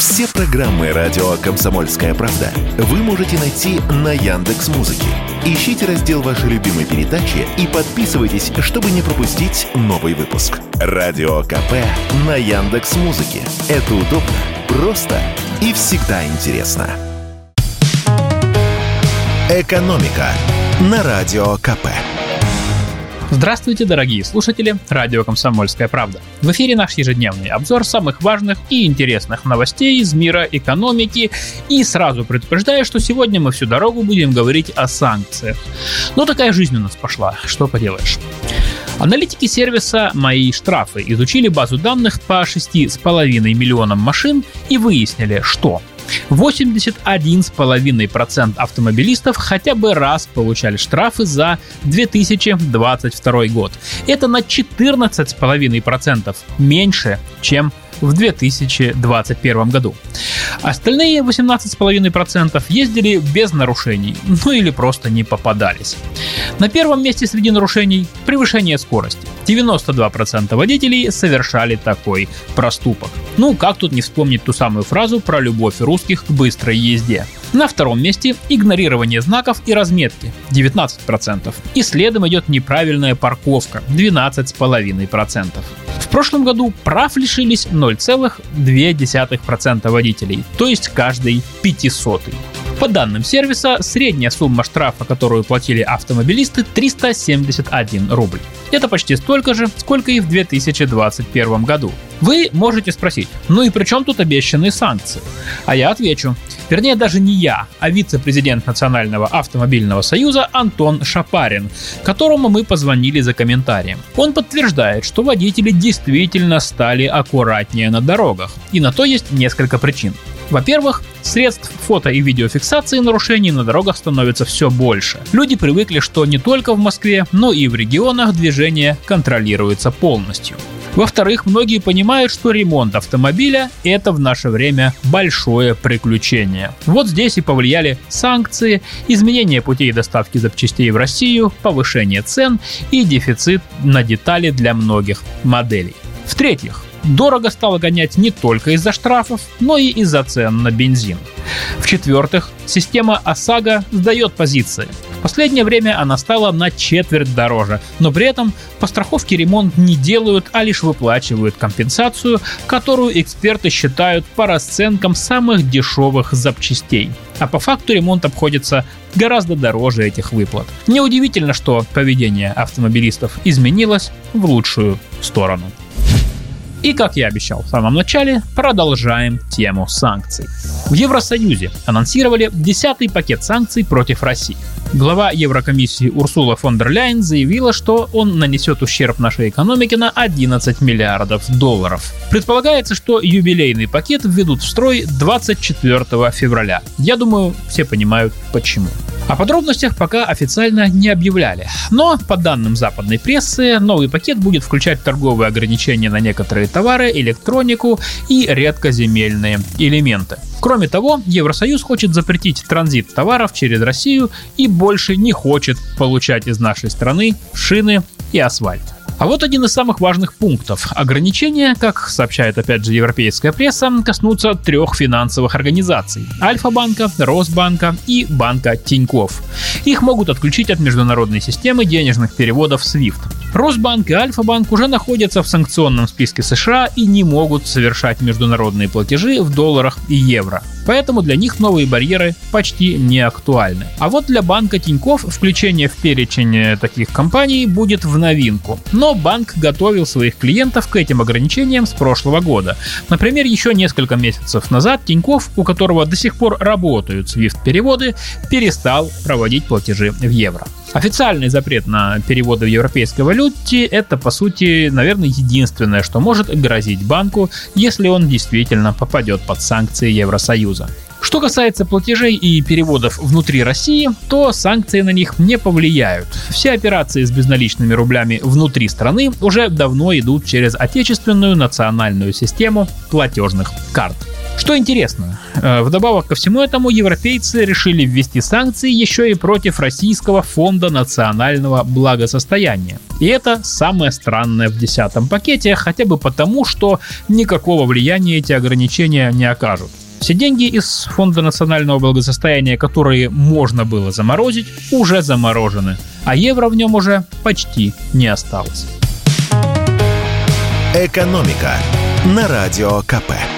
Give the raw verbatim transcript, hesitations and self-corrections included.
Все программы радио «Комсомольская правда» вы можете найти на Яндекс.Музыке. Ищите раздел вашей любимой передачи и подписывайтесь, чтобы не пропустить новый выпуск. Радио КП на Яндекс.Музыке. Это удобно, просто и всегда интересно. Экономика на Радио КП. Здравствуйте, дорогие слушатели радио «Комсомольская правда». В эфире наш ежедневный обзор самых важных и интересных новостей из мира экономики. И сразу предупреждаю, что сегодня мы всю дорогу будем говорить о санкциях. Но такая жизнь у нас пошла, что поделаешь. Аналитики сервиса «Мои штрафы» изучили базу данных по шести с половиной миллионам машин и выяснили, что восемьдесят один целых пять десятых процента автомобилистов хотя бы раз получали штрафы за две тысячи двадцать второй год. Это на четырнадцать целых пять десятых процента меньше, чем в две тысячи двадцать первом году. Остальные восемнадцать целых пять десятых процента ездили без нарушений, ну или просто не попадались. На первом месте среди нарушений – превышение скорости. девяносто два процента водителей совершали такой проступок. Ну, как тут не вспомнить ту самую фразу про любовь русских к быстрой езде. На втором месте – игнорирование знаков и разметки – девятнадцать процентов. И следом идет неправильная парковка – двенадцать целых пять десятых процента. В прошлом году прав лишились ноль целых две десятых процента водителей, то есть каждый пятисотый. По данным сервиса, средняя сумма штрафа, которую платили автомобилисты, триста семьдесят один рубль. Это почти столько же, сколько и в две тысячи двадцать первом году. Вы можете спросить, ну и при чем тут обещанные санкции? А я отвечу. Вернее, даже не я, а вице-президент Национального автомобильного союза Антон Шапарин, которому мы позвонили за комментарием. Он подтверждает, что водители действительно стали аккуратнее на дорогах, и на то есть несколько причин. Во-первых, средств фото- и видеофиксации нарушений на дорогах становится все больше. Люди привыкли, что не только в Москве, но и в регионах движение контролируется полностью. Во-вторых, многие понимают, что ремонт автомобиля – это в наше время большое приключение. Вот здесь и повлияли санкции, изменение путей доставки запчастей в Россию, повышение цен и дефицит на детали для многих моделей. В-третьих, дорого стало гонять не только из-за штрафов, но и из-за цен на бензин. В-четвертых, система ОСАГО сдает позиции. В последнее время она стала на четверть дороже, но при этом по страховке ремонт не делают, а лишь выплачивают компенсацию, которую эксперты считают по расценкам самых дешевых запчастей. А по факту ремонт обходится гораздо дороже этих выплат. Неудивительно, что поведение автомобилистов изменилось в лучшую сторону. И, как я обещал в самом начале, продолжаем тему санкций. В Евросоюзе анонсировали десятый пакет санкций против России. Глава Еврокомиссии Урсула фон дер Ляйен заявила, что он нанесет ущерб нашей экономике на одиннадцать миллиардов долларов. Предполагается, что юбилейный пакет введут в строй двадцать четвёртого февраля. Я думаю, все понимают почему. О подробностях пока официально не объявляли. Но, по данным западной прессы, новый пакет будет включать торговые ограничения на некоторые товары, электронику и редкоземельные элементы. Кроме того, Евросоюз хочет запретить транзит товаров через Россию и больше не хочет получать из нашей страны шины и асфальт. А вот один из самых важных пунктов. Ограничения, как сообщает опять же европейская пресса, коснутся трех финансовых организаций – Альфа-банка, Росбанка и банка Тинькофф. Их могут отключить от международной системы денежных переводов свифт. Росбанк и Альфа-банк уже находятся в санкционном списке США и не могут совершать международные платежи в долларах и евро. Поэтому для них новые барьеры почти не актуальны. А вот для банка Тинькофф включение в перечень таких компаний будет в новинку. Но банк готовил своих клиентов к этим ограничениям с прошлого года. Например, еще несколько месяцев назад Тинькофф, у которого до сих пор работают свифт-переводы, перестал проводить платежи в евро. Официальный запрет на переводы в европейской валюте – это, по сути, наверное, единственное, что может грозить банку, если он действительно попадет под санкции Евросоюза. Что касается платежей и переводов внутри России, то санкции на них не повлияют. Все операции с безналичными рублями внутри страны уже давно идут через отечественную национальную систему платежных карт. Что интересно, вдобавок ко всему этому европейцы решили ввести санкции еще и против Российского фонда национального благосостояния. И это самое странное в десятом пакете, хотя бы потому, что никакого влияния эти ограничения не окажут. Все деньги из Фонда национального благосостояния, которые можно было заморозить, уже заморожены, а евро в нем уже почти не осталось. «Экономика» на Радио ка пэ.